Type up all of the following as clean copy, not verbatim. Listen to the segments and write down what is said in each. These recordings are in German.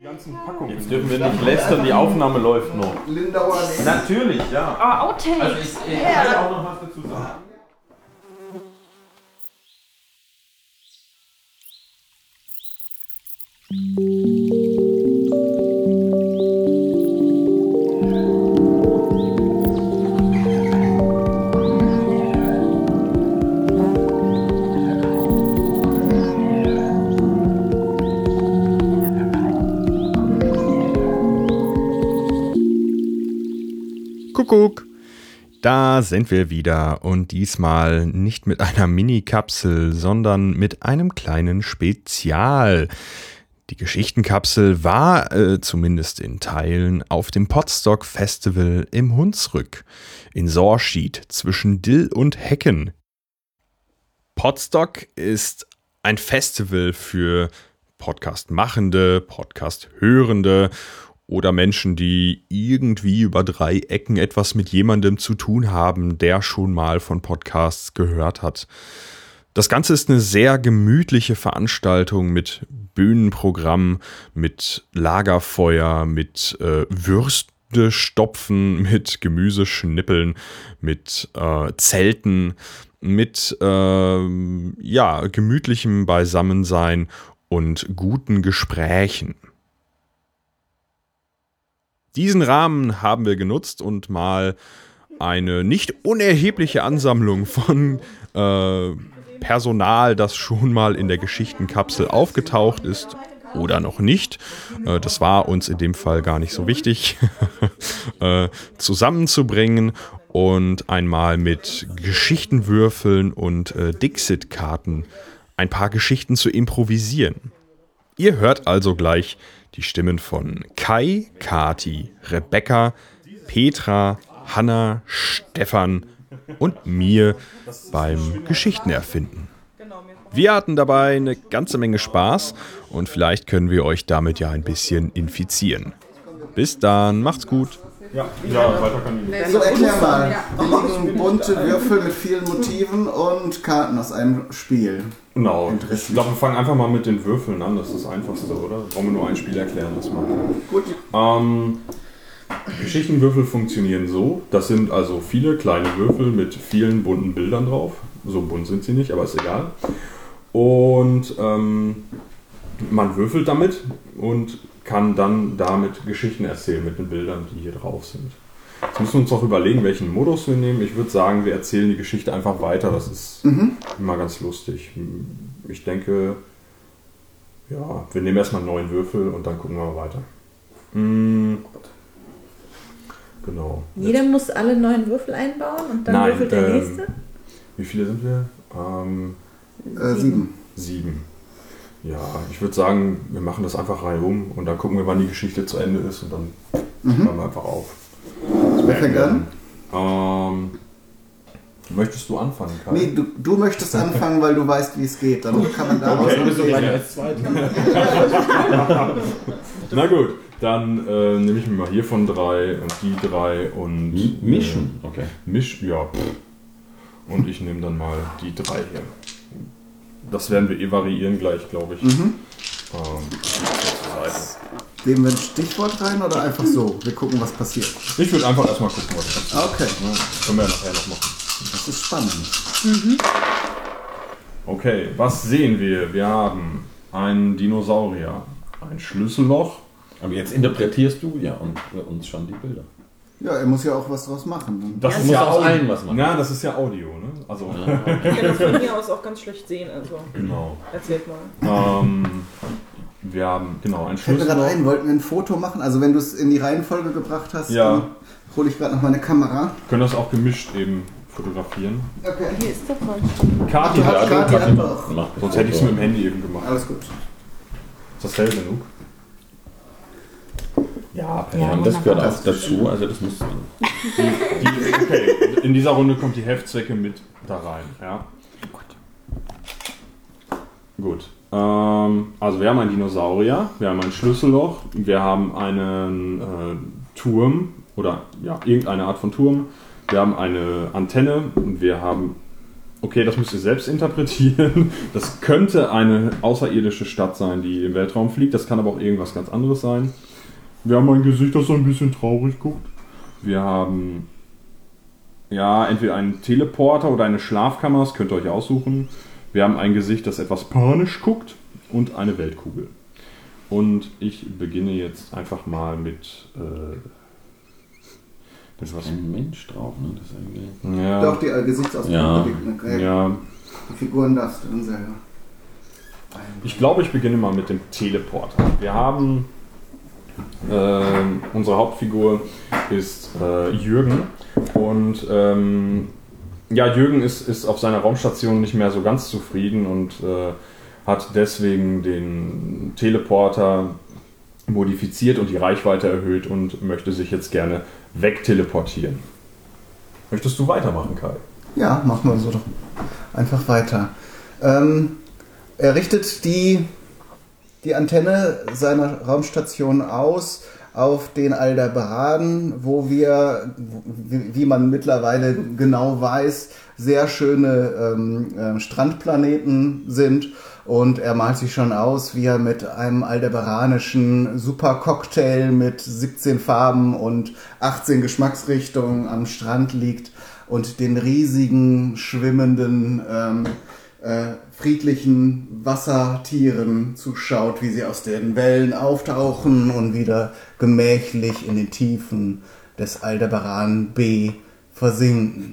ganzen Packungen. Jetzt dürfen wir nicht lästern, die Aufnahme läuft noch. Lindauer nicht. Natürlich, ja. Aber Outtakes. Also ich will auch noch was dazu sagen. Kuckuck, da sind wir wieder und diesmal nicht mit einer Mini-Kapsel, sondern mit einem kleinen Spezial. Die Geschichtenkapsel war, zumindest in Teilen, auf dem Potsdok Festival im Hunsrück in Sorschied zwischen Dill und Hecken. Potsdok ist ein Festival für Podcast-Machende, Podcast-Hörende oder Menschen, die irgendwie über 3 Ecken etwas mit jemandem zu tun haben, der schon mal von Podcasts gehört hat. Das Ganze ist eine sehr gemütliche Veranstaltung mit Bühnenprogramm, mit Lagerfeuer, mit Würste stopfen, mit Gemüseschnippeln, mit Zelten, mit gemütlichem Beisammensein und guten Gesprächen. Diesen Rahmen haben wir genutzt und mal eine nicht unerhebliche Ansammlung von Personal, das schon mal in der Geschichtenkapsel aufgetaucht ist oder noch nicht, das war uns in dem Fall gar nicht so wichtig, zusammenzubringen und einmal mit Geschichtenwürfeln und Dixit-Karten ein paar Geschichten zu improvisieren. Ihr hört also gleich die Stimmen von Kai, Kati, Rebecca, Petra, Hanna, Stefan und mir beim Geschichtenerfinden. Wir hatten dabei eine ganze Menge Spaß und vielleicht können wir euch damit ja ein bisschen infizieren. Bis dann, macht's gut. Ja, weiter kann ich. So, erklär mal. Hier liegen bunte Würfel mit vielen Motiven und Karten aus einem Spiel. Genau. Ich glaube, wir fangen einfach mal mit den Würfeln an. Das ist das Einfachste, oder? Brauchen wir nur ein Spiel erklären. Das mal. Gut. Geschichtenwürfel funktionieren so. Das sind also viele kleine Würfel mit vielen bunten Bildern drauf. So bunt sind sie nicht, aber ist egal. Und man würfelt damit und kann dann damit Geschichten erzählen mit den Bildern, die hier drauf sind. Jetzt müssen wir uns auch überlegen, welchen Modus wir nehmen. Ich würde sagen, wir erzählen die Geschichte einfach weiter. Das ist immer ganz lustig. Ich denke, ja, wir nehmen erstmal 9 Würfel und dann gucken wir mal weiter. Genau. Jeder muss alle 9 Würfel einbauen und dann würfelt der nächste? Wie viele sind wir? 7. 7. Ja, ich würde sagen, wir machen das einfach reihum und dann gucken wir, wann die Geschichte zu Ende ist und dann hören wir einfach auf. Wer fängt an? Möchtest du anfangen, Kai? Nee, du möchtest anfangen, weil du weißt, wie es geht. Dann kann man da Okay, was bist du gleich als Zweiter. Na gut, dann nehme ich mir mal hiervon 3 und die 3 und... Mischen, okay. Ja. Und ich nehme dann mal die 3 hier. Das werden wir variieren gleich, glaube ich. Geben wir ein Stichwort rein oder einfach so? Wir gucken, was passiert. Ich würde einfach erstmal gucken, was passiert. Okay. Ja, können wir ja nachher noch machen. Das ist spannend. Okay, was sehen wir? Wir haben einen Dinosaurier, ein Schlüsselloch. Aber jetzt interpretierst du ja und für uns schon die Bilder. Ja, er muss ja auch was draus machen. Das Ja, ist muss ja aus Audio. allen was machen. Ja, das ist ja Audio, ne? Also. Ich kann das von hier aus auch ganz schlecht sehen, also Genau. erzählt mal. Wir haben, genau, ein Fällt mir gerade Schlüsselloch. ein, wollten wir ein Foto machen? Also wenn du es in die Reihenfolge gebracht hast, Ja. dann hole ich gerade noch meine Kamera. Können das auch gemischt eben fotografieren. Okay. Hier ist doch mal. Kati Hat hat, Kati hat doch. sonst hätte ich es mit dem Handy eben gemacht. Alles gut. Ist das hell genug? Ja, Ja, das gehört wunderbar. auch dazu, also das muss... Okay, in dieser Runde kommt die Heftzwecke mit da rein. Ja. Gut. Also wir haben einen Dinosaurier, wir haben ein Schlüsselloch, wir haben einen Turm oder ja, irgendeine Art von Turm, wir haben eine Antenne und wir haben Okay, das müsst ihr selbst interpretieren. Das könnte eine außerirdische Stadt sein, die im Weltraum fliegt. Das kann aber auch irgendwas ganz anderes sein. Wir haben ein Gesicht, das so ein bisschen traurig guckt. Wir haben entweder einen Teleporter oder eine Schlafkammer, das könnt ihr euch aussuchen. Wir haben ein Gesicht, das etwas panisch guckt und eine Weltkugel. Und ich beginne jetzt einfach mal mit... das ist ein Mensch drauf, ne? Das ist irgendwie... Ja. Doch, die Gesichtsausdrücke, die Figuren darfst du dann selber. Ich glaube, ich beginne mal mit dem Teleporter. Wir haben... unsere Hauptfigur ist Jürgen. Und Jürgen ist auf seiner Raumstation nicht mehr so ganz zufrieden und hat deswegen den Teleporter modifiziert und die Reichweite erhöht und möchte sich jetzt gerne wegteleportieren. Möchtest du weitermachen, Kai? Ja, machen wir so doch einfach weiter. Er richtet die Antenne seiner Raumstation aus auf den Aldebaran, wo wir, wie man mittlerweile genau weiß, sehr schöne Strandplaneten sind. Und er malt sich schon aus, wie er mit einem aldebaranischen Supercocktail mit 17 Farben und 18 Geschmacksrichtungen am Strand liegt und den riesigen, schwimmenden, friedlichen Wassertieren zuschaut, wie sie aus den Wellen auftauchen und wieder gemächlich in den Tiefen des Aldebaran B versinken.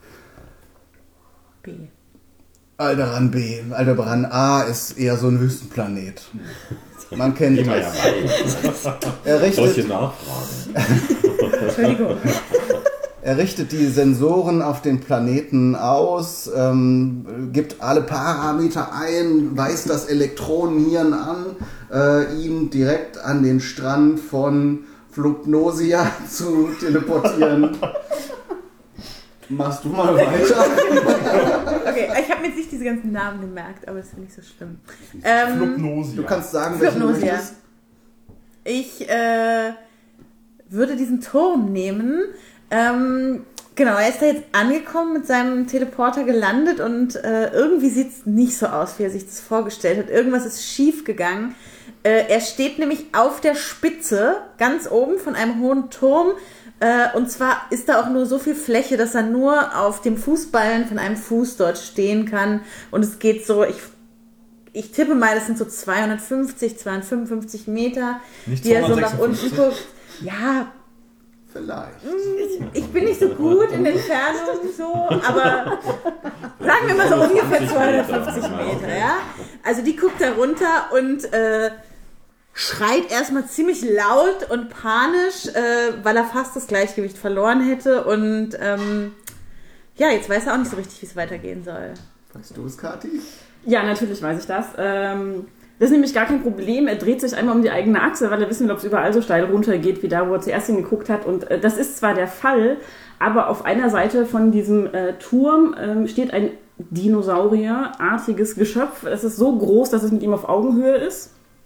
B. Aldebaran B. Aldebaran A ist eher so ein Wüstenplanet. Man kennt es. Solche Nachfragen. Entschuldigung. Er richtet die Sensoren auf den Planeten aus, gibt alle Parameter ein, weist das Elektronenhirn an, ihn direkt an den Strand von Flugnosia zu teleportieren. Machst du mal weiter? Okay, ich habe mir jetzt nicht diese ganzen Namen gemerkt, aber das ist nicht so schlimm. Flugnosia. Du kannst sagen, welchen du Flugnosia. möchtest. Ich würde diesen Turm nehmen. Genau, er ist da jetzt angekommen, mit seinem Teleporter gelandet und irgendwie sieht es nicht so aus, wie er sich das vorgestellt hat. Irgendwas ist schief gegangen. Er steht nämlich auf der Spitze, ganz oben von einem hohen Turm. Und zwar ist da auch nur so viel Fläche, dass er nur auf dem Fußballen von einem Fuß dort stehen kann. Und es geht so, ich tippe mal, das sind so 255 Meter, Nicht die er so nach unten guckt. Ja, Vielleicht. ich bin nicht so gut in der Entfernung, so, aber sagen wir mal so ungefähr 250 Meter, ja. Also die guckt da runter und schreit erstmal ziemlich laut und panisch, weil er fast das Gleichgewicht verloren hätte und jetzt weiß er auch nicht so richtig, wie es weitergehen soll. Weißt du es, Kathi? Ja, natürlich weiß ich das. Das ist nämlich gar kein Problem. Er dreht sich einmal um die eigene Achse, weil er wissen will, ob es überall so steil runtergeht, wie da, wo er zuerst hingeguckt hat. Und das ist zwar der Fall, aber auf einer Seite von diesem Turm steht ein Dinosaurierartiges Geschöpf. Es ist so groß, dass es mit ihm auf Augenhöhe ist.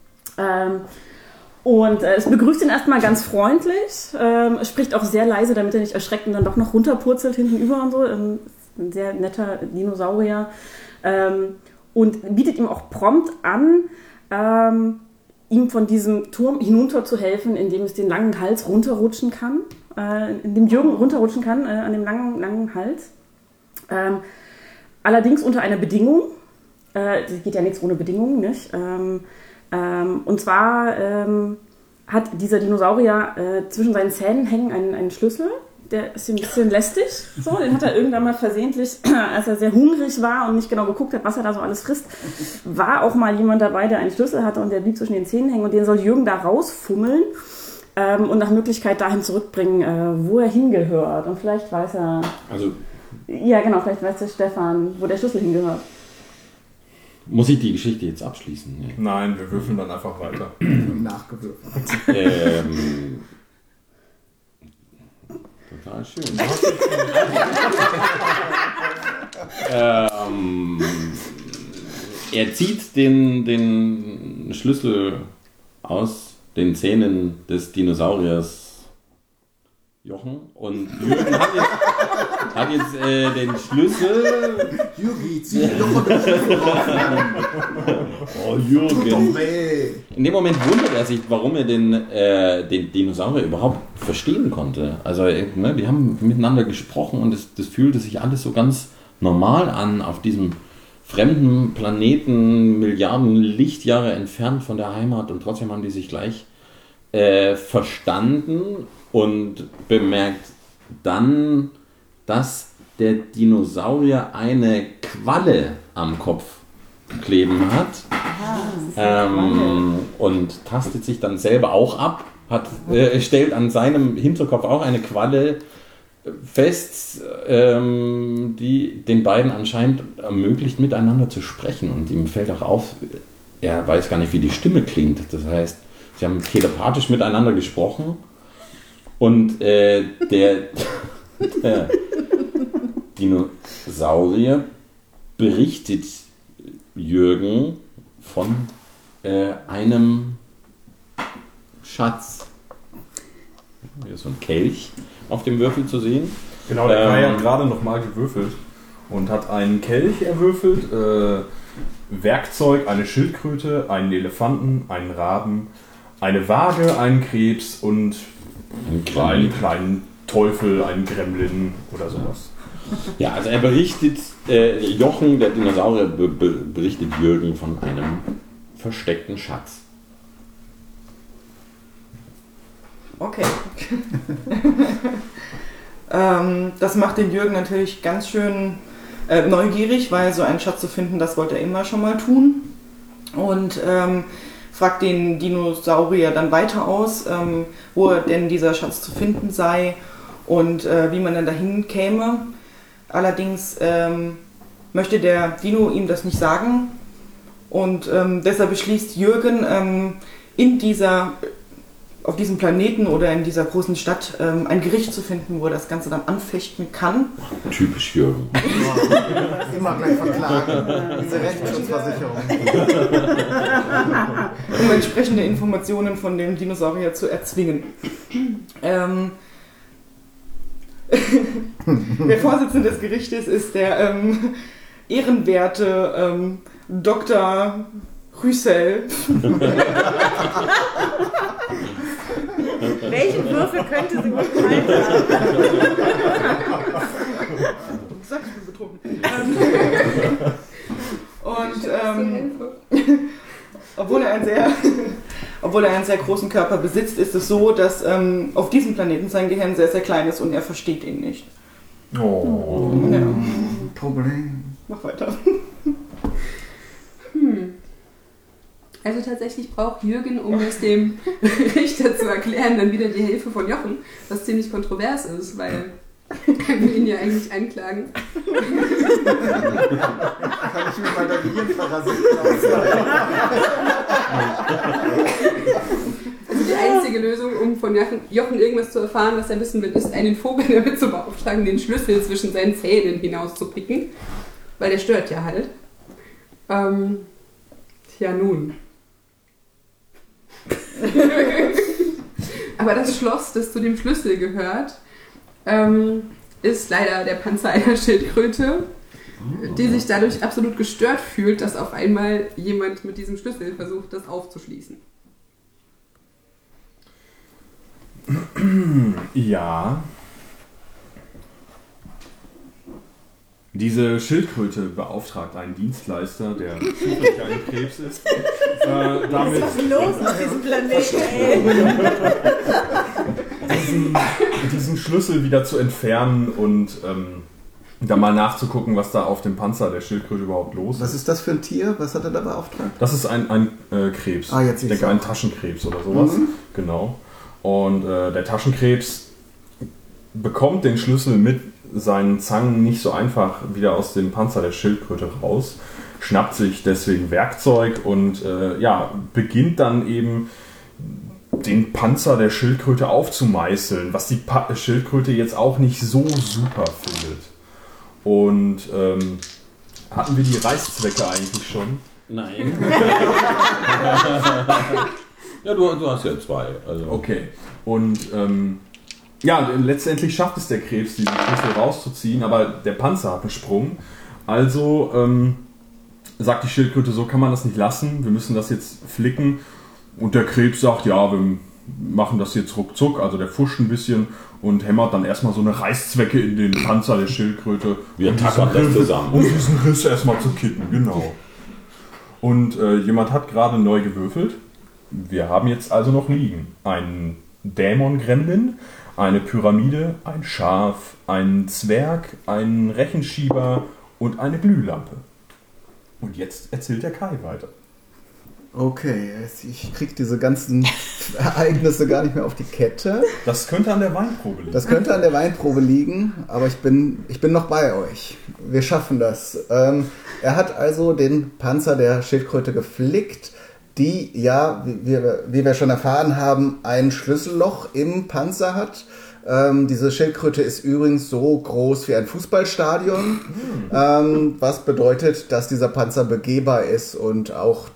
Es begrüßt ihn erstmal ganz freundlich. Es spricht auch sehr leise, damit er nicht erschreckt und dann doch noch runterpurzelt hinten über und so. Ein sehr netter Dinosaurier. Und bietet ihm auch prompt an, ihm von diesem Turm hinunter zu helfen, indem es den langen Hals runterrutschen kann, indem Jürgen runterrutschen kann an dem langen Hals. Allerdings unter einer Bedingung. Das geht ja nichts ohne Bedingungen, nicht? Und zwar hat dieser Dinosaurier zwischen seinen Zähnen hängen einen Schlüssel. Der ist ein bisschen lästig. So, den hat er irgendwann mal versehentlich, als er sehr hungrig war und nicht genau geguckt hat, was er da so alles frisst, war auch mal jemand dabei, der einen Schlüssel hatte und der blieb zwischen den Zähnen hängen und den soll Jürgen da rausfummeln und nach Möglichkeit dahin zurückbringen, wo er hingehört. Und vielleicht weiß er... Also... Ja, genau, vielleicht weiß der Stefan, wo der Schlüssel hingehört. Muss ich die Geschichte jetzt abschließen? Nee. Nein, wir würfeln dann einfach weiter. Nachgewürfelt. Total schön. Er zieht den Schlüssel aus den Zähnen des Dinosauriers Jochen. Und Jürgen hat jetzt den Schlüssel. Jürgi, zieh Jochen den Schlüssel raus. Oh, Jürgen. Doch weh. In dem Moment wundert er sich, warum er den Dinosaurier überhaupt verstehen konnte. Also, ne, wir haben miteinander gesprochen und das fühlte sich alles so ganz normal an auf diesem fremden Planeten, Milliarden Lichtjahre entfernt von der Heimat, und trotzdem haben die sich gleich verstanden und bemerkt dann, dass der Dinosaurier eine Qualle am Kopf kleben hat. Und tastet sich dann selber auch ab, stellt an seinem Hinterkopf auch eine Qualle fest, die den beiden anscheinend ermöglicht, miteinander zu sprechen. Und ihm fällt auch auf, er weiß gar nicht, wie die Stimme klingt. Das heißt, sie haben telepathisch miteinander gesprochen und der Dinosaurier berichtet Jürgen von einem Schatz. Hier ist so ein Kelch auf dem Würfel zu sehen. Genau, der Kai hat gerade nochmal gewürfelt und hat einen Kelch erwürfelt, Werkzeug, eine Schildkröte, einen Elefanten, einen Raben, eine Waage, einen Krebs und einen kleinen Teufel, einen Gremlin oder sowas. Ja, also er berichtet, Jochen, der Dinosaurier, berichtet Jürgen von einem versteckten Schatz. Okay. Das macht den Jürgen natürlich ganz schön neugierig, weil so einen Schatz zu finden, das wollte er immer schon mal tun. Und fragt den Dinosaurier dann weiter aus, wo denn dieser Schatz zu finden sei und wie man dann dahin käme. Allerdings möchte der Dino ihm das nicht sagen und deshalb beschließt Jürgen, auf diesem Planeten oder in dieser großen Stadt ein Gericht zu finden, wo er das Ganze dann anfechten kann. Typisch Jürgen. Immer gleich verklagen. Diese Rechtsschutzversicherung. Um entsprechende Informationen von dem Dinosaurier zu erzwingen. Der Vorsitzende des Gerichtes ist der ehrenwerte Dr. Rüssel. Welchen Würfel könnte sie gut fallen haben? Sag, ich bin betrunken. Obwohl er einen sehr großen Körper besitzt, ist es so, dass auf diesem Planeten sein Gehirn sehr, sehr klein ist und er versteht ihn nicht. Oh. Ja. Problem. Mach weiter. Also tatsächlich braucht Jürgen, um es dem Richter zu erklären, dann wieder die Hilfe von Jochen, was ziemlich kontrovers ist, weil er will ihn ja eigentlich anklagen. Kann ich mir mal der Gehirnparasiten ausleihen? Also die einzige Lösung, um von Jochen irgendwas zu erfahren, was er wissen will, ist, einen Vogel damit zu beauftragen, den Schlüssel zwischen seinen Zähnen hinauszupicken, weil der stört ja halt. Tja, nun. Aber das Schloss, das zu dem Schlüssel gehört, ist leider der Panzer einer Schildkröte, die sich dadurch absolut gestört fühlt, dass auf einmal jemand mit diesem Schlüssel versucht, das aufzuschließen. Ja. Diese Schildkröte beauftragt einen Dienstleister, der zufällig ein Krebs ist, damit Was ist los auf diesem Planeten, ey? diesen Schlüssel wieder zu entfernen und da mal nachzugucken, was da auf dem Panzer der Schildkröte überhaupt los ist. Was ist das für ein Tier? Was hat er da beauftragt? Das ist ein Krebs. Jetzt ich denke, ein Taschenkrebs oder sowas. Genau. Und der Taschenkrebs bekommt den Schlüssel mit seinen Zangen nicht so einfach wieder aus dem Panzer der Schildkröte raus, schnappt sich deswegen Werkzeug und beginnt dann eben den Panzer der Schildkröte aufzumeißeln, was die Schildkröte jetzt auch nicht so super findet. Und hatten wir die Reißzwecke eigentlich schon? Nein. Ja, du hast ja zwei. Also. Okay. Und Ja, letztendlich schafft es der Krebs, diesen Schlüssel rauszuziehen, aber der Panzer hat einen Sprung. Also sagt die Schildkröte, so kann man das nicht lassen, wir müssen das jetzt flicken. Und der Krebs sagt, ja, wir machen das jetzt ruckzuck, also der fuscht ein bisschen und hämmert dann erstmal so eine Reißzwecke in den Panzer der Schildkröte. Wir tackern das zusammen. Um diesen Riss erstmal zu kitten, genau. Und jemand hat gerade neu gewürfelt. Wir haben jetzt also noch liegen einen Dämon-Gremlin, eine Pyramide, ein Schaf, einen Zwerg, einen Rechenschieber und eine Glühlampe. Und jetzt erzählt der Kai weiter. Okay, ich kriege diese ganzen Ereignisse gar nicht mehr auf die Kette. Das könnte an der Weinprobe liegen. Das könnte an der Weinprobe liegen, aber ich bin noch bei euch. Wir schaffen das. Er hat also den Panzer der Schildkröte geflickt, die ja, wie wir schon erfahren haben, ein Schlüsselloch im Panzer hat. Diese Schildkröte ist übrigens so groß wie ein Fußballstadion, was bedeutet, dass dieser Panzer begehbar ist und auch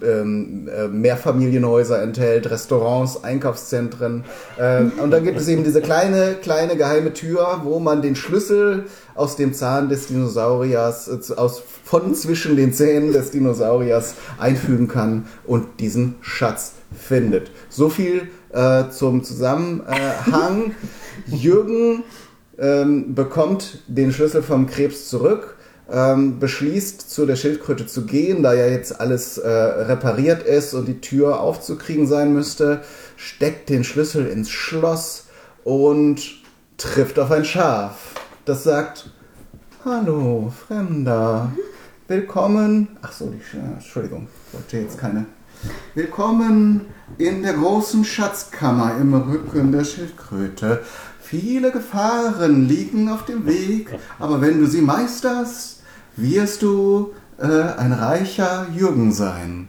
Mehrfamilienhäuser enthält, Restaurants, Einkaufszentren. Und dann gibt es eben diese kleine geheime Tür, wo man den Schlüssel aus dem Zahn des Dinosauriers, von zwischen den Zähnen des Dinosauriers einfügen kann und diesen Schatz findet. So viel zum Zusammenhang. Jürgen bekommt den Schlüssel vom Krebs zurück, beschließt, zu der Schildkröte zu gehen, da ja jetzt alles repariert ist und die Tür aufzukriegen sein müsste, steckt den Schlüssel ins Schloss und trifft auf ein Schaf. Das sagt, hallo, Fremder, willkommen, Entschuldigung, ich wollte jetzt keine... Willkommen in der großen Schatzkammer im Rücken der Schildkröte. Viele Gefahren liegen auf dem Weg, aber wenn du sie meisterst, wirst du ein reicher Jürgen sein.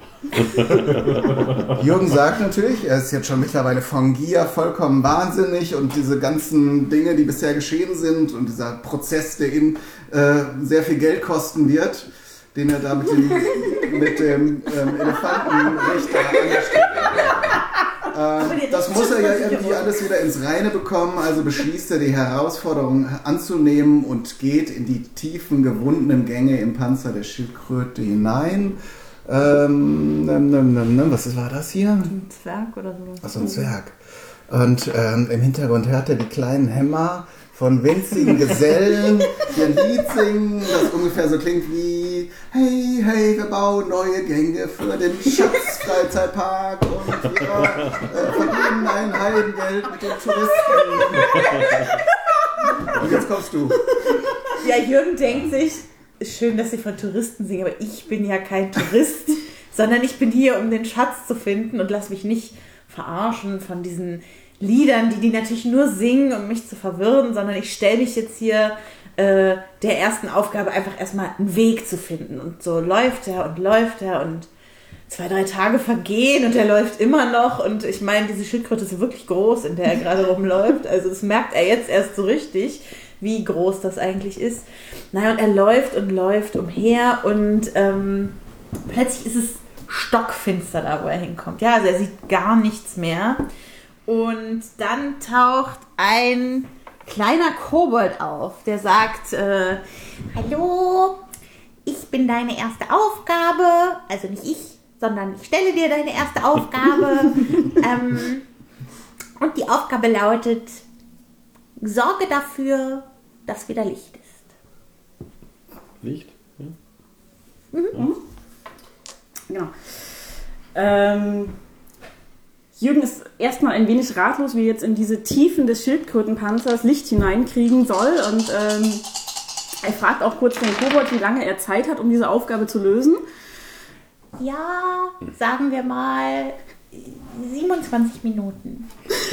Jürgen sagt natürlich, er ist jetzt schon mittlerweile von Gier vollkommen wahnsinnig und diese ganzen Dinge, die bisher geschehen sind und dieser Prozess, der ihm sehr viel Geld kosten wird, den er da mit dem Elefantenrichter angestellt. Das muss er ja irgendwie alles wieder ins Reine bekommen, also beschließt er, die Herausforderung anzunehmen und geht in die tiefen, gewundenen Gänge im Panzer der Schildkröte hinein. Was war das hier? Ein Zwerg oder so. Achso, ein Zwerg. Und im Hintergrund hört er die kleinen Hämmer von winzigen Gesellen, die ein Lied singen, das ungefähr so klingt wie hey, hey, wir bauen neue Gänge für den Schatzfreizeitpark und wir verdienen ein Heidengeld mit den Touristen. Und jetzt kommst du. Ja, Jürgen denkt sich, ist schön, dass sie von Touristen singen, aber ich bin ja kein Tourist, sondern ich bin hier, um den Schatz zu finden und lass mich nicht verarschen von diesen Liedern, die natürlich nur singen, um mich zu verwirren, sondern ich stelle mich jetzt hier der ersten Aufgabe einfach erstmal einen Weg zu finden. Und so läuft er und 2-3 Tage vergehen und er läuft immer noch. Und ich meine, diese Schildkröte ist wirklich groß, in der er gerade rumläuft. Also das merkt er jetzt erst so richtig, wie groß das eigentlich ist. Naja, und er läuft umher und plötzlich ist es stockfinster da, wo er hinkommt. Ja, also er sieht gar nichts mehr. Und dann taucht ein kleiner Kobold auf, der sagt, hallo, ich bin deine erste Aufgabe, also nicht ich, sondern ich stelle dir deine erste Aufgabe. Und die Aufgabe lautet, sorge dafür, dass wieder Licht ist. Licht? Ja. Mhm. Genau. Jürgen ist erstmal ein wenig ratlos, wie er jetzt in diese Tiefen des Schildkrötenpanzers Licht hineinkriegen soll. Und er fragt auch kurz den Kobold, wie lange er Zeit hat, um diese Aufgabe zu lösen. Ja, sagen wir mal 27 Minuten.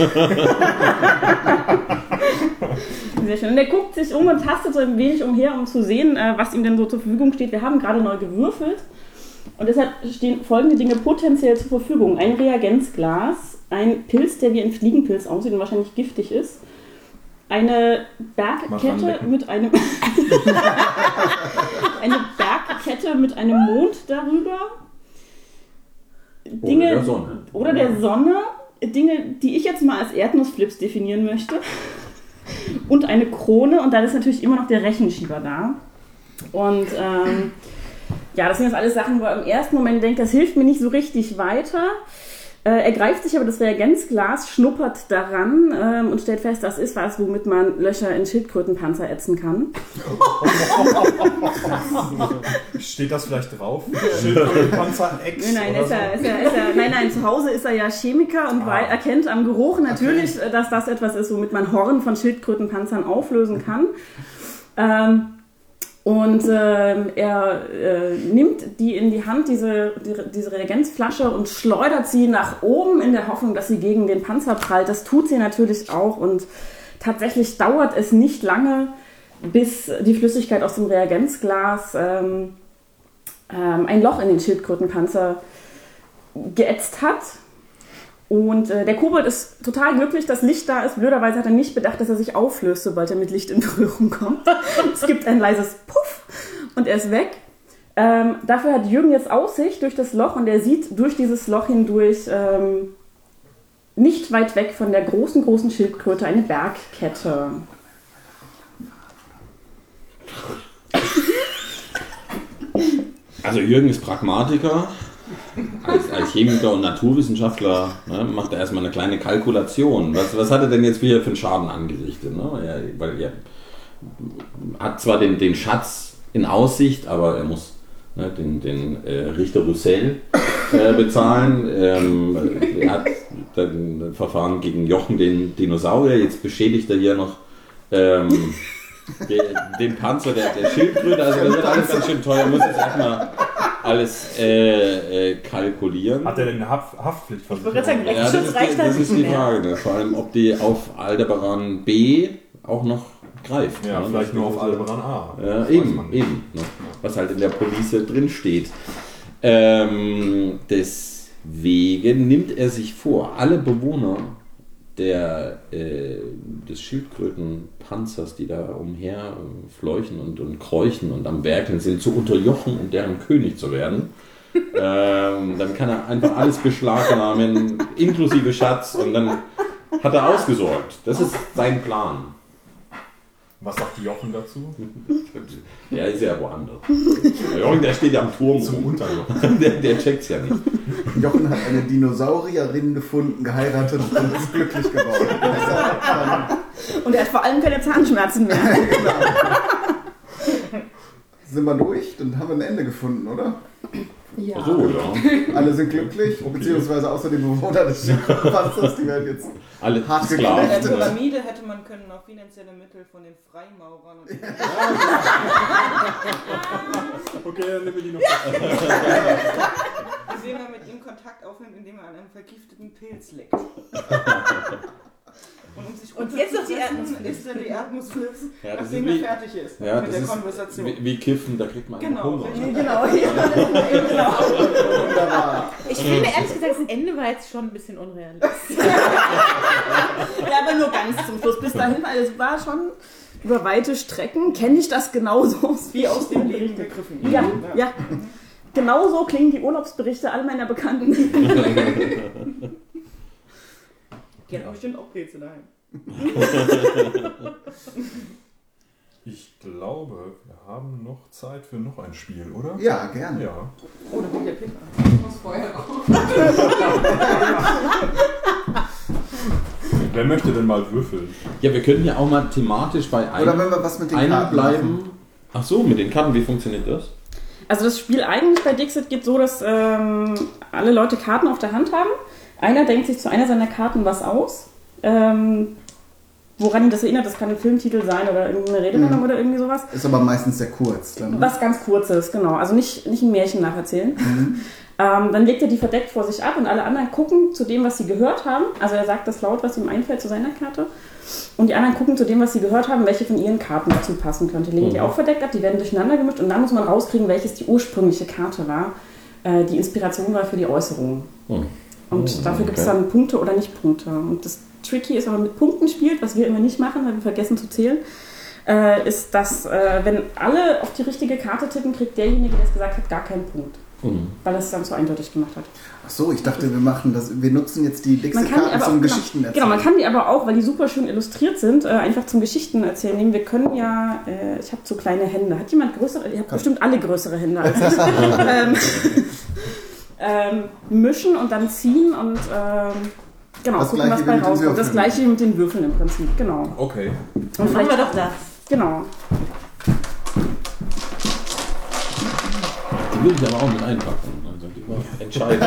Sehr schön. Und er guckt sich um und tastet so ein wenig umher, um zu sehen, was ihm denn so zur Verfügung steht. Wir haben gerade neu gewürfelt. Und deshalb stehen folgende Dinge potenziell zur Verfügung. Ein Reagenzglas, ein Pilz, der wie ein Fliegenpilz aussieht und wahrscheinlich giftig ist, eine Bergkette mit einem Bergkette mit einem Mond darüber, Dinge oder der Sonne, Dinge, die ich jetzt mal als Erdnussflips definieren möchte. und eine Krone und dann ist natürlich immer noch der Rechenschieber da. Und das sind jetzt alles Sachen, wo er im ersten Moment denkt, das hilft mir nicht so richtig weiter. Er greift sich aber das Reagenzglas, schnuppert daran und stellt fest, das ist was, womit man Löcher in Schildkrötenpanzer ätzen kann. Steht das vielleicht drauf? Schildkrötenpanzer Ex? Nein, zu Hause ist er ja Chemiker und erkennt am Geruch natürlich, dass das etwas ist, womit man Horn von Schildkrötenpanzern auflösen kann. Er nimmt die in die Hand, diese Reagenzflasche, und schleudert sie nach oben in der Hoffnung, dass sie gegen den Panzer prallt. Das tut sie natürlich auch und tatsächlich dauert es nicht lange, bis die Flüssigkeit aus dem Reagenzglas ein Loch in den Schildkrötenpanzer geätzt hat. Und der Kobold ist total glücklich, dass Licht da ist. Blöderweise hat er nicht bedacht, dass er sich auflöst, sobald er mit Licht in Berührung kommt. Es gibt ein leises Puff und er ist weg. Dafür hat Jürgen jetzt Aussicht durch das Loch und er sieht durch dieses Loch hindurch nicht weit weg von der großen Schildkröte eine Bergkette. Also Jürgen ist Pragmatiker. Als Chemiker und Naturwissenschaftler macht er erstmal eine kleine Kalkulation. Was hat er denn jetzt wieder für einen Schaden angerichtet? Ne? Weil er hat zwar den Schatz in Aussicht, aber er muss den Richter Roussel bezahlen. Er hat ein Verfahren gegen Jochen, den Dinosaurier. Jetzt beschädigt er hier noch den Panzer der Schildkröte. Also das wird alles ganz schön teuer. Er muss jetzt erstmal alles kalkulieren. Hat er denn eine Haftpflichtversicherung? Das ist die Frage. Ne? Vor allem, ob die auf Aldebaran B auch noch greift. Ja, vielleicht nur auf Aldebaran A. Eben. Ne? Was halt in der Police drin steht. Deswegen nimmt er sich vor, alle Bewohner des Schildkrötenpanzers, die da umher fleuchen und kräuchen und am Werkeln sind, zu unterjochen und deren König zu werden. Dann kann er einfach alles beschlagnahmen, inklusive Schatz, und dann hat er ausgesorgt. Das ist sein Plan. Was sagt Jochen dazu? Der ist ja woanders. Jochen, der steht ja am Turm zum Unterjochen. Der checkt's ja nicht. Jochen hat eine Dinosaurierin gefunden, geheiratet und ist glücklich geworden. Und er hat vor allem keine Zahnschmerzen mehr. Genau. Sind wir durch? Dann haben wir ein Ende gefunden, oder? Ja. Ach so, ja. Alle sind glücklich, beziehungsweise außer die Bewohner des Panzers, die werden jetzt alle hart In geknechtet. der Pyramide hätte man können auch finanzielle Mittel von den Freimaurern und Okay, dann nehmen wir die noch. indem man mit ihm Kontakt aufnimmt, indem er an einem vergifteten Pilz leckt. Und jetzt noch die Erdnussflips. Ist er die Erdnussflips, Ja, das nachdem ist er wie- fertig ist Ja, mit das der ist Konversation. wie Kiffen, da kriegt man einen Genau, Hunger. richtig. Genau. Wunderbar. Ich finde ehrlich gesagt, das Ende war jetzt schon ein bisschen unrealistisch. Ja, aber nur ganz zum Schluss. Bis dahin, also es war schon über weite Strecken, kenne ich das genauso. Wie aus dem Leben gegriffen. Ja. Genau so klingen die Urlaubsberichte all meiner Bekannten. Die hat bestimmt auch Pilze daheim. Ich glaube, wir haben noch Zeit für noch ein Spiel, oder? Ja, gerne. Ja. Oh, da kommt der Peter. Ich muss vorher auch. Wer möchte denn mal würfeln? Ja, wir könnten ja auch mal thematisch bei Oder wenn wir was mit den einem Karten bleiben. machen. Ach so, mit den Karten, wie funktioniert das? Also das Spiel eigentlich bei Dixit geht so, dass alle Leute Karten auf der Hand haben. Einer denkt sich zu einer seiner Karten was aus. Woran ihn das erinnert, das kann ein Filmtitel sein oder irgendeine Redewendung oder irgendwie sowas. Ist aber meistens sehr kurz. Dann. Was ganz Kurzes, genau. Also nicht ein Märchen nacherzählen. Dann legt er die verdeckt vor sich ab und alle anderen gucken zu dem, was sie gehört haben. Also er sagt das laut, was ihm einfällt zu seiner Karte. Und die anderen gucken zu dem, was sie gehört haben, welche von ihren Karten dazu passen könnte. Legen die auch verdeckt ab, die werden durcheinander gemischt und dann muss man rauskriegen, welches die ursprüngliche Karte war, die Inspiration war für die Äußerung. Und dafür gibt es dann Punkte oder nicht Punkte. Und das Tricky ist, wenn man mit Punkten spielt, was wir immer nicht machen, weil wir vergessen zu zählen, ist, dass wenn alle auf die richtige Karte tippen, kriegt derjenige, der es gesagt hat, gar keinen Punkt. weil es dann so eindeutig gemacht hat. Ach so, ich dachte, wir nutzen jetzt die Dixit-Karten zum Geschichten erzählen. Genau, man kann die aber auch, weil die super schön illustriert sind, einfach zum Geschichten erzählen nehmen. Wir können ja, ich habe so kleine Hände. Hat jemand größere? Ihr habt bestimmt alle größere Hände als ich. Mischen und dann ziehen und genau, das gucken, was bei rauskommt. Das gleiche mit den Würfeln im Prinzip, genau. Okay. Und machen wir doch das. Genau. Die will ich aber auch mit einpacken. Also die war entscheidend.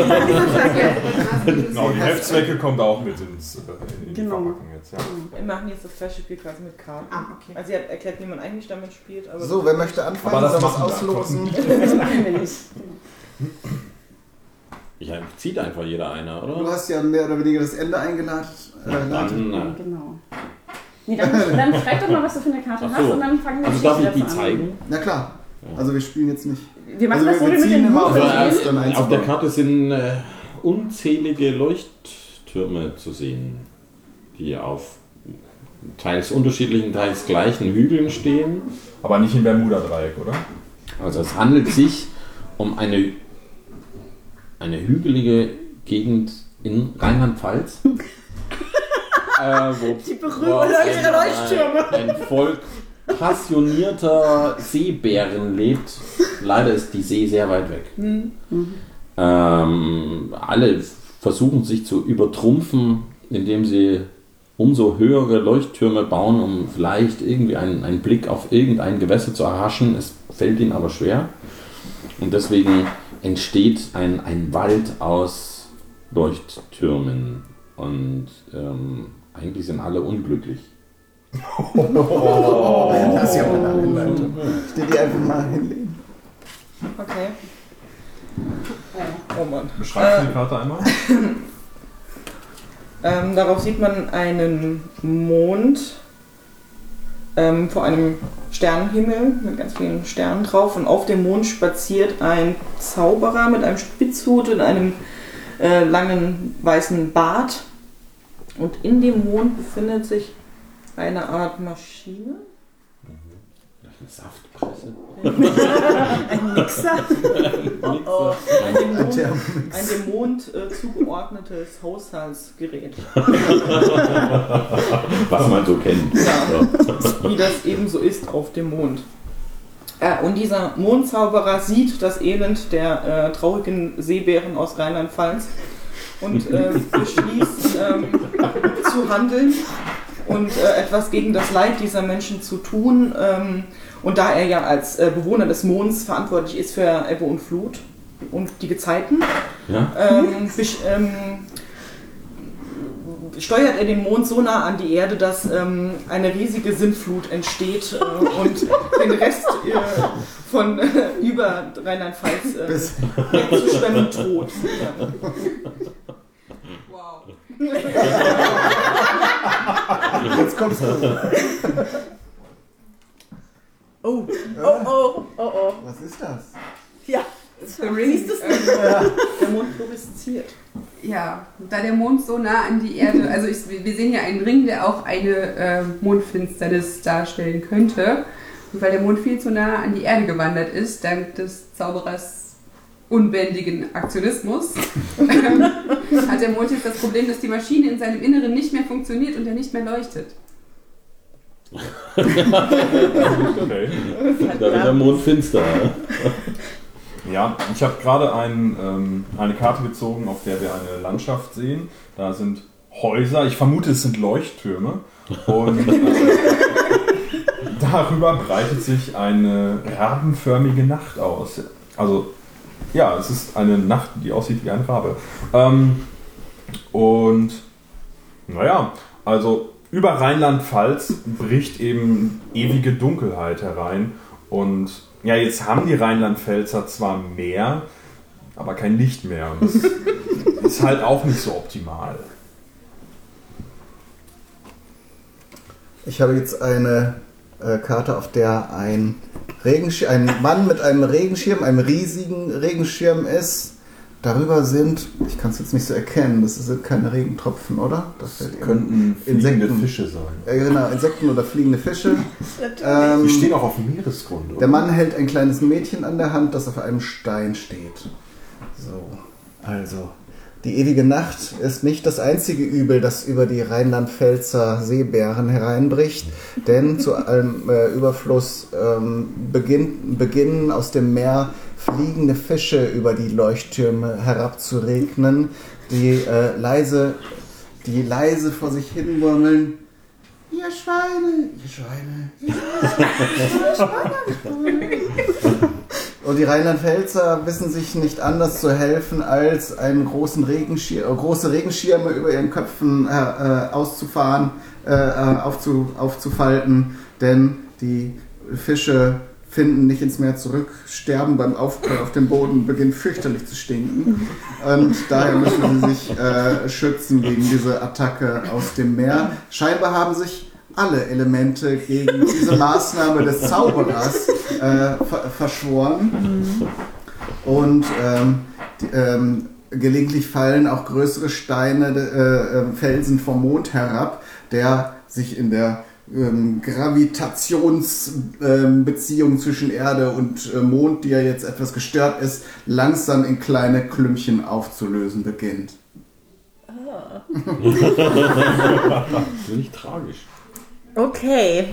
Genau, die Heftzwecke kommt auch mit in die Verpackung jetzt. Ja. Wir machen jetzt das Flaschenspiel quasi mit Karten. Okay. Also sie hat erklärt, wie man eigentlich damit spielt. Aber So, wer möchte anfangen? Aber das Soll machen was wir auslosen? Das machen wir nicht. Ja, zieht einfach jeder einer, Du oder? hast ja mehr oder weniger das Ende eingeladen. Genau. Nee, dann schreib doch mal, was du für eine Karte Ach hast so. und dann fangen wir Also darf ich die jetzt an. zeigen? Na klar. Also wir spielen jetzt nicht. Wir machen Also das so wir wie mit ziehen den immer auf Würfeln. eins, dann eins Auf der drauf. Karte sind unzählige Leuchttürme zu sehen, die auf teils unterschiedlichen, teils gleichen Hügeln stehen. Aber nicht im Bermuda-Dreieck, oder? Also es handelt sich um eine hügelige Gegend in Rheinland-Pfalz. Die berühmten Leuchttürme. Ein Volk passionierter Seebären lebt. Leider ist die See sehr weit weg. Alle versuchen sich zu übertrumpfen, indem sie umso höhere Leuchttürme bauen, um vielleicht irgendwie einen Blick auf irgendein Gewässer zu erhaschen. Es fällt ihnen aber schwer. Und deswegen entsteht ein Wald aus Leuchttürmen. Und eigentlich sind alle unglücklich. Das ist ja mal eine Einleitung. Ich will die einfach mal hinlegen. okay. Oh Mann. Beschreibst du die Karte einmal? Darauf sieht man einen Mond vor einem Sternenhimmel mit ganz vielen Sternen drauf. Und auf dem Mond spaziert ein Zauberer mit einem Spitzhut und einem langen weißen Bart. Und in dem Mond befindet sich eine Art Maschine. Eine Saftpresse. Ein Mixer. Ein dem Mond zugeordnetes Haushaltsgerät. Was man so kennt. Ja, wie das eben so ist auf dem Mond. Und dieser Mondzauberer sieht das Elend der traurigen Seebären aus Rheinland-Pfalz und beschließt zu handeln und etwas gegen das Leid dieser Menschen zu tun. Und da er ja als Bewohner des Monds verantwortlich ist für Ebbe und Flut und die Gezeiten, steuert er den Mond so nah an die Erde, dass eine riesige Sintflut entsteht und den Rest von über Rheinland-Pfalz wegzuschwemmen droht. Wow. Jetzt kommst du. Oh. Was ist das? Ja. The Ring. Siehst du's nicht? Der Mond fluoresziert. Ja, da der Mond so nah an die Erde, also wir sehen hier einen Ring, der auch eine Mondfinsternis darstellen könnte. Und weil der Mond viel zu nah an die Erde gewandert ist, dank des Zauberers unbändigen Aktionismus, hat der Mond jetzt das Problem, dass die Maschine in seinem Inneren nicht mehr funktioniert und er nicht mehr leuchtet. Okay. Da wird der Mond finster. Ja, ich habe gerade eine Karte gezogen, auf der wir eine Landschaft sehen. Da sind Häuser, ich vermute, es sind Leuchttürme. Und darüber breitet sich eine rabenförmige Nacht aus. Also, ja, es ist eine Nacht, die aussieht wie ein Rabe. Und, naja, also über Rheinland-Pfalz bricht eben ewige Dunkelheit herein. Und ja, jetzt haben die Rheinland-Pfälzer zwar Meer, aber kein Licht mehr. Und das ist halt auch nicht so optimal. Ich habe jetzt eine Karte, auf der ein Mann mit einem Regenschirm, einem riesigen Regenschirm ist, darüber sind, ich kann es jetzt nicht so erkennen, das sind keine Regentropfen, oder? Das könnten fliegende Fische sein. Genau, Insekten oder fliegende Fische. Die stehen auch auf dem Meeresgrund, oder? Der Mann hält ein kleines Mädchen an der Hand, das auf einem Stein steht. So, also, die ewige Nacht ist nicht das einzige Übel, das über die Rheinland-Pfälzer Seebären hereinbricht, denn zu allem Überfluss beginnen aus dem Meer fliegende Fische über die Leuchttürme herabzuregnen, die leise vor sich hin murmeln. Ihr Schweine, ihr Schweine, ihr Schweine. Und die Rheinland-Pfälzer wissen sich nicht anders zu helfen, als einen große Regenschirme über ihren Köpfen aufzufalten, denn die Fische finden nicht ins Meer zurück, sterben beim Aufprall auf dem Boden, beginnen fürchterlich zu stinken. Und daher müssen sie sich schützen gegen diese Attacke aus dem Meer. Scheinbar haben sich alle Elemente gegen diese Maßnahme des Zauberers verschworen. Und gelegentlich fallen auch größere Steine, Felsen vom Mond herab, der sich in der Gravitationsbeziehung zwischen Erde und Mond, die ja jetzt etwas gestört ist, langsam in kleine Klümpchen aufzulösen beginnt. Nicht tragisch. Okay.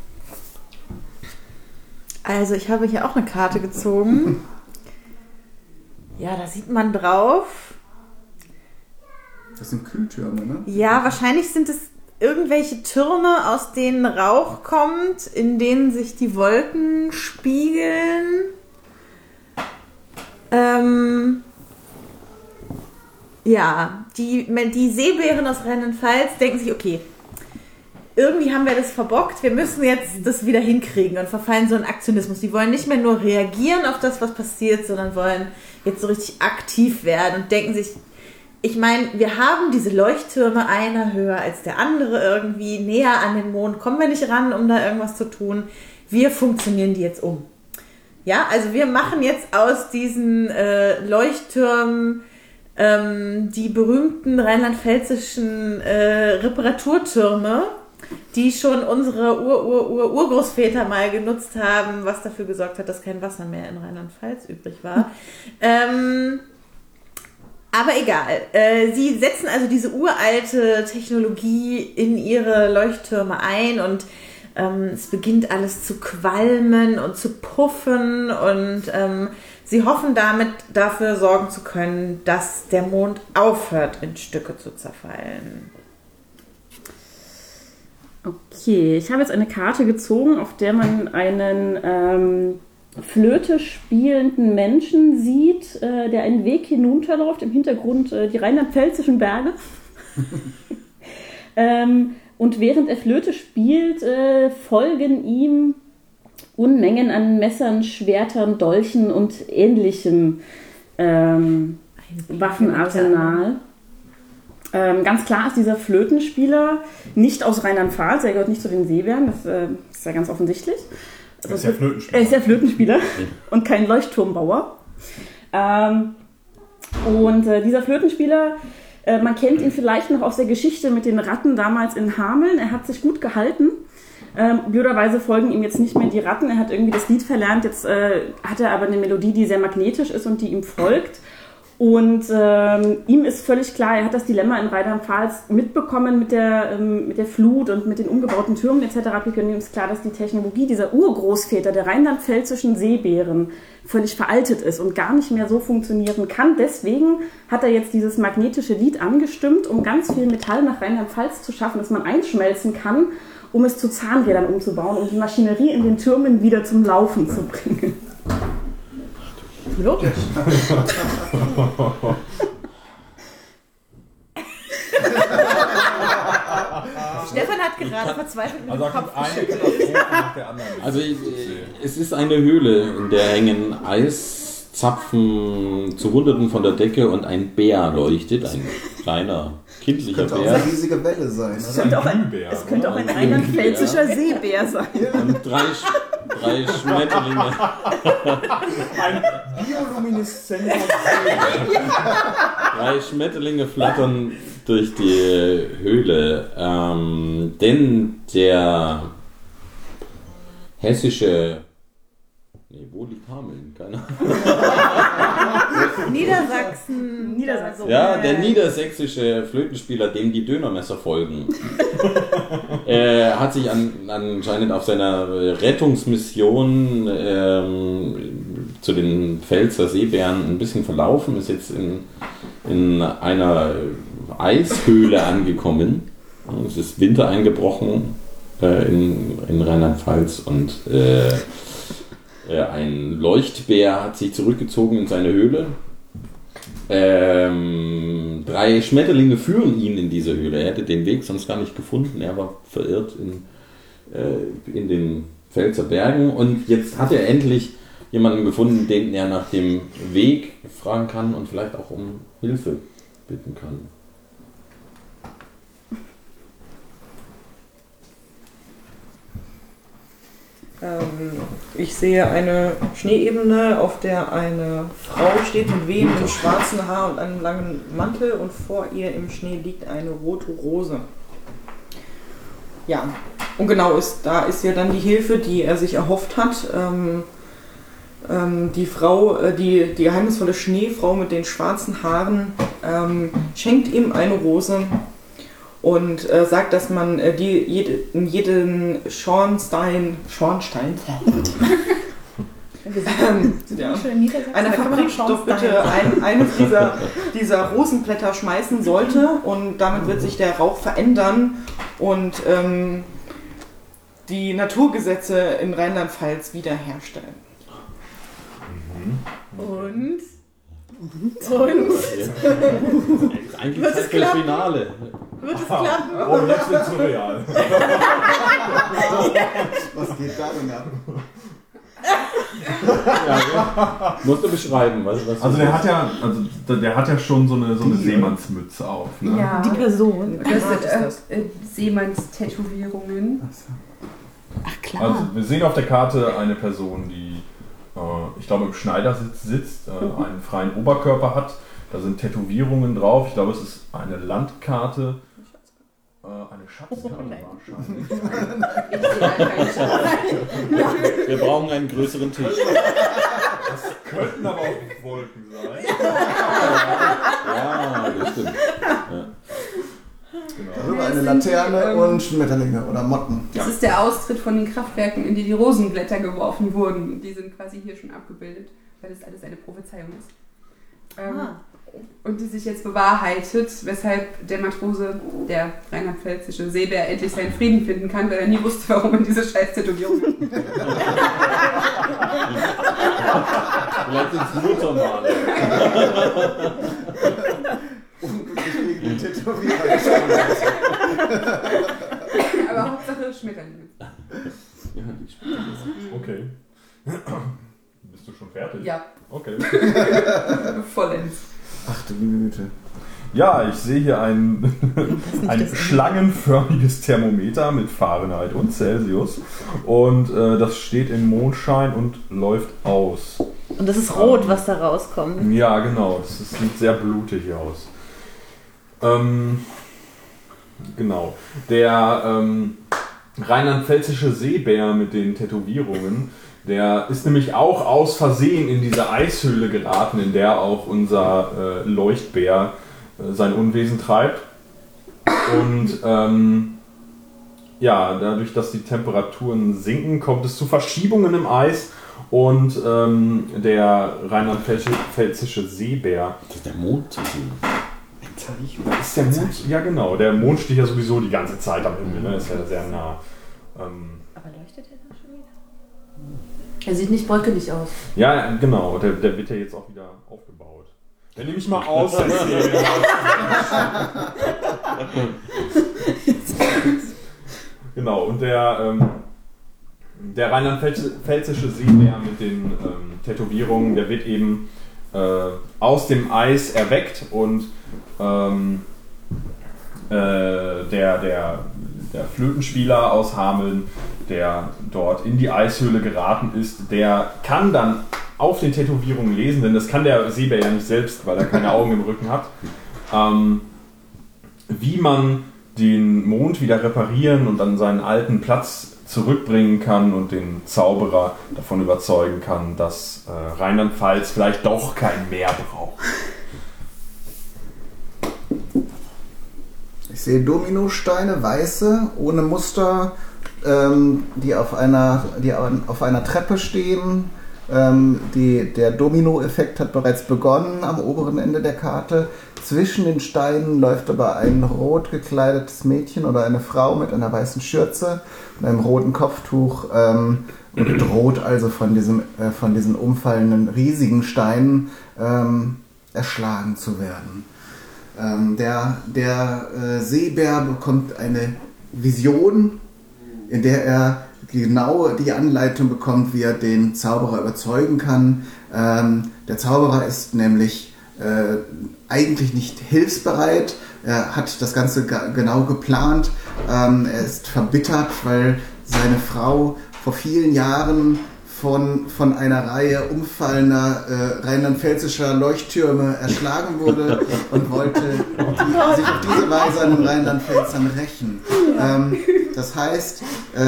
Also ich habe hier auch eine Karte gezogen. Ja, da sieht man drauf. Das sind Kühltürme, ne? Ja, wahrscheinlich sind es irgendwelche Türme, aus denen Rauch kommt, in denen sich die Wolken spiegeln. Ja, die Seebären aus Rheinland-Pfalz denken sich, okay, irgendwie haben wir das verbockt, wir müssen jetzt das wieder hinkriegen und verfallen so in Aktionismus. Die wollen nicht mehr nur reagieren auf das, was passiert, sondern wollen jetzt so richtig aktiv werden und denken sich, ich meine, wir haben diese Leuchttürme, einer höher als der andere irgendwie, näher an den Mond, kommen wir nicht ran, um da irgendwas zu tun. Wir funktionieren die jetzt um. Ja, also wir machen jetzt aus diesen Leuchttürmen die berühmten rheinland-pfälzischen Reparaturtürme, die schon unsere Urgroßväter mal genutzt haben, was dafür gesorgt hat, dass kein Wasser mehr in Rheinland-Pfalz übrig war. Aber egal. Sie setzen also diese uralte Technologie in ihre Leuchttürme ein und es beginnt alles zu qualmen und zu puffen und sie hoffen damit dafür sorgen zu können, dass der Mond aufhört, in Stücke zu zerfallen. Okay, ich habe jetzt eine Karte gezogen, auf der man einen Flöte spielenden Menschen sieht, der einen Weg hinunterläuft, im Hintergrund die rheinland-pfälzischen Berge. Und während er Flöte spielt, folgen ihm Unmengen an Messern, Schwertern, Dolchen und ähnlichem Waffenarsenal. Ganz klar ist dieser Flötenspieler nicht aus Rheinland-Pfalz, er gehört nicht zu den Seebären, das ist ja ganz offensichtlich. Er ist ja Flötenspieler. Er ist ja Flötenspieler und kein Leuchtturmbauer. Dieser Flötenspieler, man kennt ihn vielleicht noch aus der Geschichte mit den Ratten damals in Hameln. Er hat sich gut gehalten. Blöderweise folgen ihm jetzt nicht mehr die Ratten. Er hat irgendwie das Lied verlernt. Jetzt hat er aber eine Melodie, die sehr magnetisch ist und die ihm folgt. Und ihm ist völlig klar, er hat das Dilemma in Rheinland-Pfalz mitbekommen mit der Flut und mit den umgebauten Türmen etc. Ihm ist klar, dass die Technologie dieser Urgroßväter der rheinland-pfälzischen Seebären völlig veraltet ist und gar nicht mehr so funktionieren kann. Deswegen hat er jetzt dieses magnetische Lied angestimmt, um ganz viel Metall nach Rheinland-Pfalz zu schaffen, das man einschmelzen kann, um es zu Zahnrädern umzubauen, um die Maschinerie in den Türmen wieder zum Laufen zu bringen. Logisch. Stefan hat gerade verzweifelt mit dem Kopf geschüttelt. Also es ist eine Höhle, in der hängen Eiszapfen zu Hunderten von der Decke und ein Bär leuchtet, ein kleiner kindlicher Könnte auch Bär. eine riesige Welle sein. Es könnte auch ein rheinland-pfälzischer Seebär sein. Und drei 3 Schmetterlinge. Ein biolumineszenter 3 Schmetterlinge flattern durch die Höhle. Denn der hessische... Nee, wo liegt Hameln? Keine Ahnung. Niedersachsen. Niedersachsen. Ja, der niedersächsische Flötenspieler, dem die Dönermesser folgen, hat sich anscheinend auf seiner Rettungsmission zu den Pfälzer Seebären ein bisschen verlaufen, ist jetzt in einer Eishöhle angekommen. Es ist Winter eingebrochen in Rheinland-Pfalz und ein Leuchtbär hat sich zurückgezogen in seine Höhle. 3 Schmetterlinge führen ihn in diese Höhle. Er hätte den Weg sonst gar nicht gefunden. Er war verirrt in den Pfälzer Bergen. Und jetzt hat er endlich jemanden gefunden, den er nach dem Weg fragen kann und vielleicht auch um Hilfe bitten kann. Ich sehe eine Schneeebene, auf der eine Frau steht mit wehendem schwarzen Haar und einem langen Mantel und vor ihr im Schnee liegt eine rote Rose. Ja, und genau, da ist ja dann die Hilfe, die er sich erhofft hat. Die Frau, die geheimnisvolle Schneefrau mit den schwarzen Haaren, schenkt ihm eine Rose und sagt, dass man in jeden Schornstein einer Fabrik doch bitte eine dieser Rosenblätter schmeißen sollte und damit wird sich der Rauch verändern und die Naturgesetze in Rheinland-Pfalz wiederherstellen. Und? Eigentlich Zeit für das Finale. Wird es klappen? Oh, jetzt wird's surreal. Was geht da denn ab? Ja, musst du beschreiben, was Also der hat ja schon so eine Seemannsmütze auf. Ne? Ja, Die Person. das sind Seemannstätowierungen. Ach klar. Also wir sehen auf der Karte eine Person, die, ich glaube, im Schneidersitz sitzt, einen freien Oberkörper hat. Da sind Tätowierungen drauf. Ich glaube, es ist eine Landkarte. Eine Schatzkarte wahrscheinlich. Ich sehe halt keinen Wir brauchen einen größeren Tisch. Das könnten aber auch Wolken sein. Ja, das stimmt. Ja. Darüber eine Laterne und Schmetterlinge oder Motten. Das ist der Austritt von den Kraftwerken, in die die Rosenblätter geworfen wurden. Die sind quasi hier schon abgebildet, weil das alles eine Prophezeiung ist. Und die sich jetzt bewahrheitet, weshalb der Matrose, der rheinland-pfälzische Seebär, endlich seinen Frieden finden kann, weil er nie wusste, warum er diese scheiß Tätowierung hat. Vielleicht sind es Muttermale. Unbefriedigende Tätowierer. Aber Hauptsache Schmetterlinge. Ja, die spielen. Okay. Bist du schon fertig? Ja, Okay. vollends. Ach du Güte. Ja, ich sehe hier ein schlangenförmiges Thermometer mit Fahrenheit und Celsius. Und das steht im Mondschein und läuft aus. Und das ist rot, was da rauskommt. Ja, genau. Das sieht sehr blutig aus. Genau. Der rheinland-pfälzische Seebär mit den Tätowierungen, der ist nämlich auch aus Versehen in diese Eishöhle geraten, in der auch unser Leuchtbär sein Unwesen treibt. Und ja, dadurch, dass die Temperaturen sinken, kommt es zu Verschiebungen im Eis. Und der rheinland-pfälzische Seebär. Das ist der Mond zu sehen. Ist der Mond? Ja, genau. Der Mond steht ja sowieso die ganze Zeit am Himmel. Ne? Ist ja sehr nah. Aber leuchtet er da schon wieder? Er sieht nicht bröckelig aus. Ja, genau. Der wird ja jetzt auch wieder aufgebaut. Den nehme ich mal aus. Genau. Und der rheinland-pfälzische Seebär mit den Tätowierungen, der wird eben aus dem Eis erweckt und der Flötenspieler aus Hameln der dort in die Eishöhle geraten ist, der kann dann auf den Tätowierungen lesen, denn das kann der Seebär ja nicht selbst, weil er keine Augen im Rücken hat, wie man den Mond wieder reparieren und an seinen alten Platz zurückbringen kann und den Zauberer davon überzeugen kann, dass Rheinland-Pfalz vielleicht doch kein Meer braucht. Ich sehe Dominosteine, weiße, ohne Muster, die auf einer Treppe stehen. Der Domino-Effekt hat bereits begonnen am oberen Ende der Karte. Zwischen den Steinen läuft aber ein rot gekleidetes Mädchen oder eine Frau mit einer weißen Schürze und einem roten Kopftuch und droht also von diesen umfallenden riesigen Steinen erschlagen zu werden. Der Seebär bekommt eine Vision, in der er genau die Anleitung bekommt, wie er den Zauberer überzeugen kann. Der Zauberer ist nämlich eigentlich nicht hilfsbereit. Er hat das Ganze genau geplant. Er ist verbittert, weil seine Frau vor vielen Jahren von einer Reihe umfallender rheinland-pfälzischer Leuchttürme erschlagen wurde und wollte sich auf diese Weise an den Rheinland-Pfälzern rächen. Das heißt,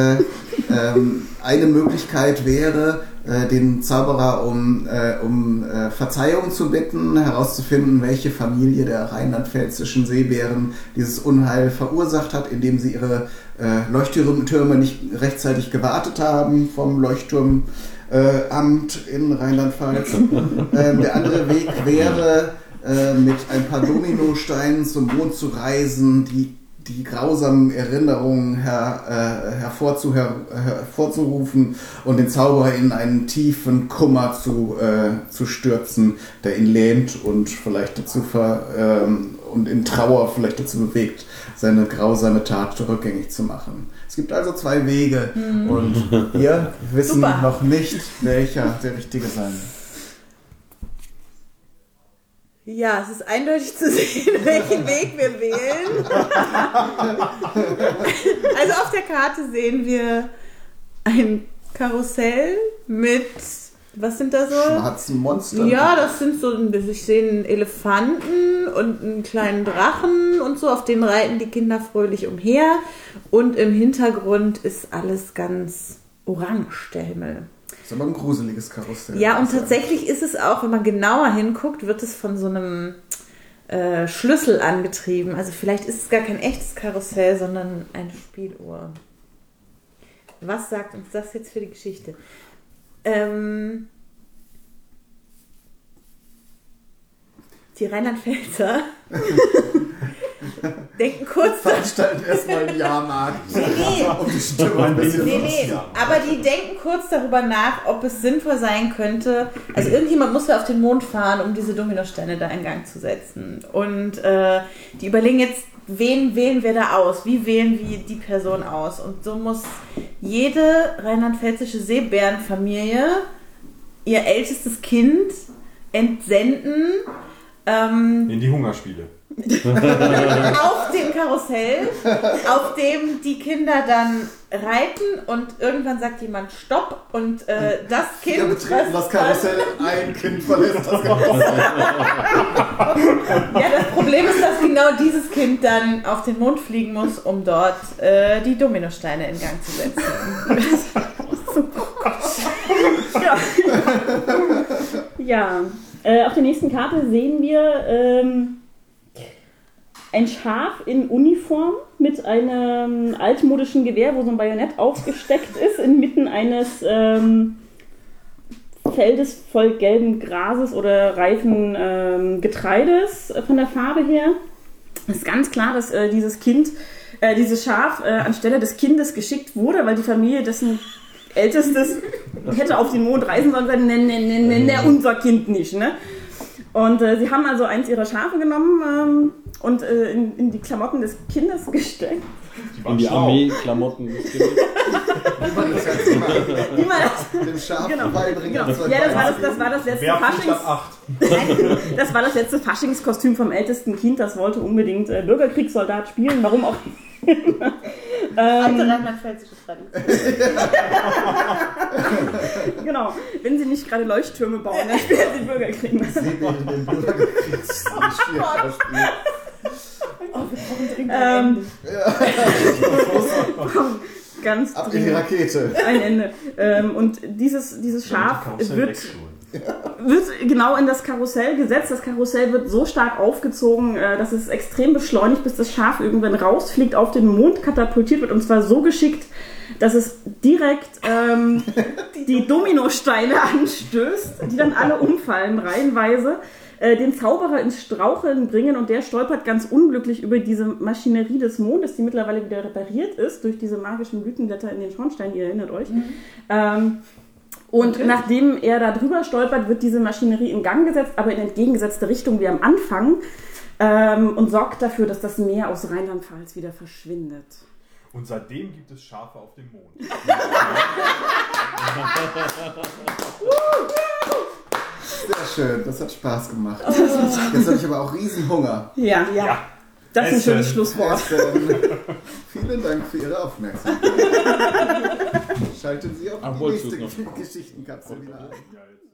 eine Möglichkeit wäre, den Zauberer um Verzeihung zu bitten, herauszufinden, welche Familie der rheinland-pfälzischen Seebären dieses Unheil verursacht hat, indem sie ihre Leuchttürme nicht rechtzeitig gewartet haben vom Leuchtturmamt in Rheinland-Pfalz. Der andere Weg wäre, mit ein paar Dominosteinen zum Mond zu reisen, die grausamen Erinnerungen hervorzurufen und den Zauberer in einen tiefen Kummer zu stürzen, der ihn lähmt und vielleicht dazu und in Trauer vielleicht dazu bewegt, seine grausame Tat rückgängig zu machen. Es gibt also zwei Wege und wir wissen noch nicht, welcher der richtige sein wird. Ja, es ist eindeutig zu sehen, welchen Weg wir wählen. Also auf der Karte sehen wir ein Karussell mit, was sind da so? Schwarzen Monstern. Ja, das sind so, ich sehe einen Elefanten und einen kleinen Drachen und so, auf denen reiten die Kinder fröhlich umher. Und im Hintergrund ist alles ganz orange, der Himmel. Das ist aber ein gruseliges Karussell. Ja, und tatsächlich ist es auch, wenn man genauer hinguckt, wird es von so einem Schlüssel angetrieben. Also vielleicht ist es gar kein echtes Karussell, sondern eine Spieluhr. Was sagt uns das jetzt für die Geschichte? Die Rheinland-Pfälzer denken kurz... Veranstalten erstmal einen Jahrmarkt. Um die Stimmung ein bisschen aber die denken kurz darüber nach, ob es sinnvoll sein könnte. Also irgendjemand muss ja auf den Mond fahren, um diese Dominosteine da in Gang zu setzen. Und die überlegen jetzt, wen wählen wir da aus? Wie wählen wir die Person aus? Und so muss jede rheinland-pfälzische Seebärenfamilie ihr ältestes Kind entsenden. In die Hungerspiele. Auf dem Karussell, auf dem die Kinder dann reiten und irgendwann sagt jemand Stopp und das Kind... Wir betreten das Karussell, ein Kind verlässt das Karussell. Ja, das Problem ist, dass genau dieses Kind dann auf den Mond fliegen muss, um dort die Dominosteine in Gang zu setzen. Ja, auf der nächsten Karte sehen wir ein Schaf in Uniform mit einem altmodischen Gewehr, wo so ein Bajonett aufgesteckt ist, inmitten eines Feldes voll gelben Grases oder reifen Getreides von der Farbe her. Es ist ganz klar, dass dieses Schaf anstelle des Kindes geschickt wurde, weil die Familie dessen Ältestes hätte auf den Mond reisen sollen, unser Kind nicht, ne? Und sie haben also eins ihrer Schafe genommen und in die Klamotten des Kindes gesteckt. In die Armee-Klamotten des Kindes. Wie man das dem Schaf beibringen. Genau. Ja, das war das letzte Das war das letzte Faschingskostüm vom ältesten Kind. Das wollte unbedingt Bürgerkriegssoldat spielen. Warum auch immer. Alte rheinland-pfälzische Tradition. Genau. Wenn sie nicht gerade Leuchttürme bauen, dann spielen sie Bürgerkrieg. Seht ihr den Bürgerkriegsspiel? Oh, wir brauchen dringend ein Ende. Ganz Ab in die Rakete. ein Ende. Und dieses Schaf wird genau in das Karussell gesetzt. Das Karussell wird so stark aufgezogen, dass es extrem beschleunigt, bis das Schaf irgendwann rausfliegt, auf den Mond katapultiert wird. Und zwar so geschickt, dass es direkt die Dominosteine anstößt, die dann alle umfallen, reihenweise, den Zauberer ins Straucheln bringen und der stolpert ganz unglücklich über diese Maschinerie des Mondes, die mittlerweile wieder repariert ist durch diese magischen Blütenblätter in den Schornstein, ihr erinnert euch. Und nachdem er da drüber stolpert, wird diese Maschinerie in Gang gesetzt, aber in entgegengesetzte Richtung wie am Anfang und sorgt dafür, dass das Meer aus Rheinland-Pfalz wieder verschwindet. Und seitdem gibt es Schafe auf dem Mond. Sehr schön, das hat Spaß gemacht. Jetzt habe ich aber auch riesen Hunger. Ja. Das ist ein schönes Schlusswort. Vielen Dank für Ihre Aufmerksamkeit. Schalten Sie auch die nächste Geschichtenkapsel wieder ein.